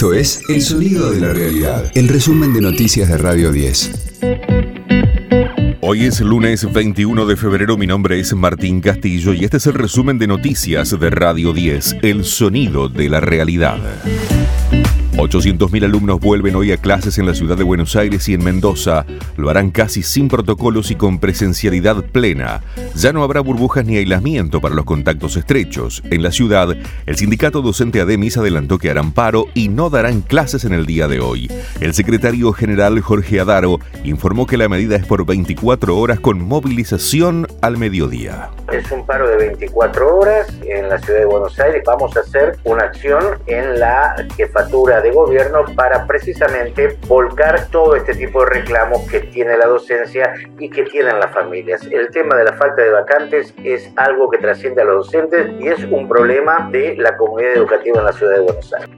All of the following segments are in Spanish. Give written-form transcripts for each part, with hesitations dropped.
Esto es El Sonido de la Realidad, el resumen de noticias de Radio 10. Hoy es lunes 21 de febrero, mi nombre es Martín Castillo y este es el resumen de noticias de Radio 10, El Sonido de la Realidad. 800.000 alumnos vuelven hoy a clases en la ciudad de Buenos Aires y en Mendoza. Lo harán casi sin protocolos y con presencialidad plena. Ya no habrá burbujas ni aislamiento para los contactos estrechos. En la ciudad, el sindicato docente ADEMIS adelantó que harán paro y no darán clases en el día de hoy. El secretario general Jorge Adaro informó que la medida es por 24 horas con movilización al mediodía. Es un paro de 24 horas en la ciudad de Buenos Aires. Vamos a hacer una acción en la jefatura de gobierno para precisamente volcar todo este tipo de reclamos que tiene la docencia y que tienen las familias. El tema de la falta de vacantes es algo que trasciende a los docentes y es un problema de la comunidad educativa en la ciudad de Buenos Aires.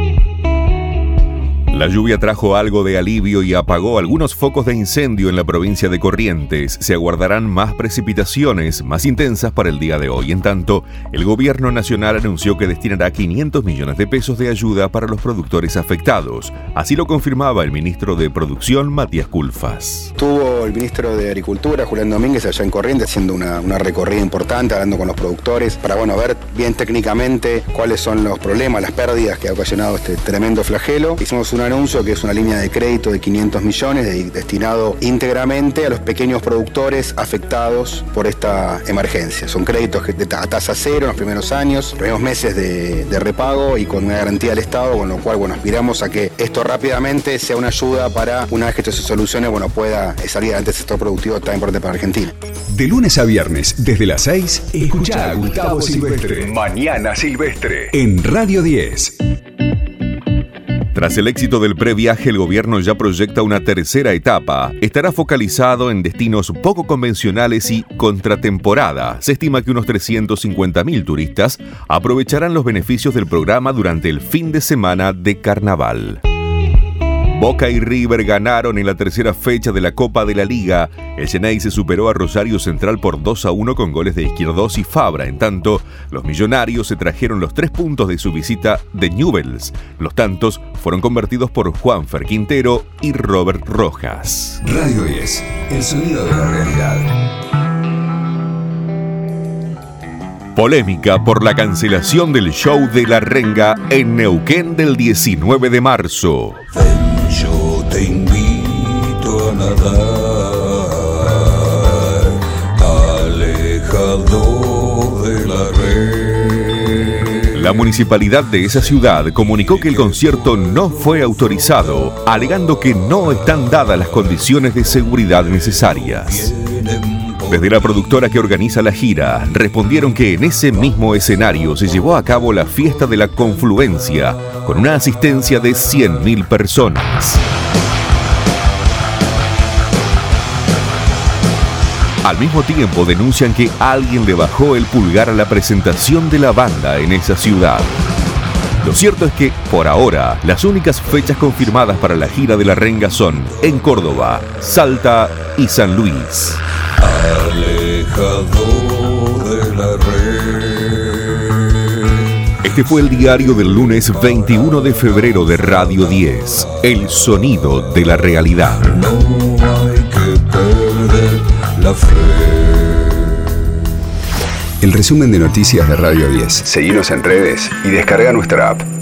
La lluvia trajo algo de alivio y apagó algunos focos de incendio en la provincia de Corrientes. Se aguardarán más precipitaciones más intensas para el día de hoy. En tanto, el gobierno nacional anunció que destinará 500 millones de pesos de ayuda para los productores afectados. Así lo confirmaba el ministro de Producción, Matías Culfas. Estuvo el ministro de Agricultura, Julián Domínguez, allá en Corrientes, haciendo una recorrida importante, hablando con los productores, para ver bien técnicamente cuáles son los problemas, las pérdidas que ha ocasionado este tremendo flagelo. Hicimos un anuncio que es una línea de crédito de 500 millones destinado íntegramente a los pequeños productores afectados por esta emergencia. Son créditos a tasa cero en los primeros años, primeros meses de repago y con una garantía del Estado, con lo cual aspiramos a que esto rápidamente sea una ayuda para, una vez que esto se solucione, pueda salir adelante el sector productivo tan importante para Argentina. De lunes a viernes, desde las 6, escuchá a Gustavo Silvestre. Mañana Silvestre. En Radio 10. Tras el éxito del previaje, el gobierno ya proyecta una tercera etapa. Estará focalizado en destinos poco convencionales y contratemporada. Se estima que unos 350.000 turistas aprovecharán los beneficios del programa durante el fin de semana de carnaval. Boca y River ganaron en la tercera fecha de la Copa de la Liga. El Xeneize superó a Rosario Central por 2-1 con goles de Izquierdos y Fabra. En tanto, los millonarios se trajeron los 3 puntos de su visita de Newell's. Los tantos fueron convertidos por Juanfer Quintero y Robert Rojas. Radio 10, el sonido de la realidad. Polémica por la cancelación del show de La Renga en Neuquén del 19 de marzo. Yo te invito a nadar, alejado de la red. La municipalidad de esa ciudad comunicó que el concierto no fue autorizado, alegando que no están dadas las condiciones de seguridad necesarias. Desde la productora que organiza la gira, respondieron que en ese mismo escenario se llevó a cabo la fiesta de la confluencia, con una asistencia de 100.000 personas. Al mismo tiempo denuncian que alguien le bajó el pulgar a la presentación de la banda en esa ciudad. Lo cierto es que, por ahora, las únicas fechas confirmadas para la gira de La Renga son en Córdoba, Salta y San Luis. Alejado de la red. Este fue el diario del lunes 21 de febrero de Radio 10, El Sonido de la Realidad. No hay que perder la fe. El resumen de noticias de Radio 10. Seguinos en redes y descarga nuestra app.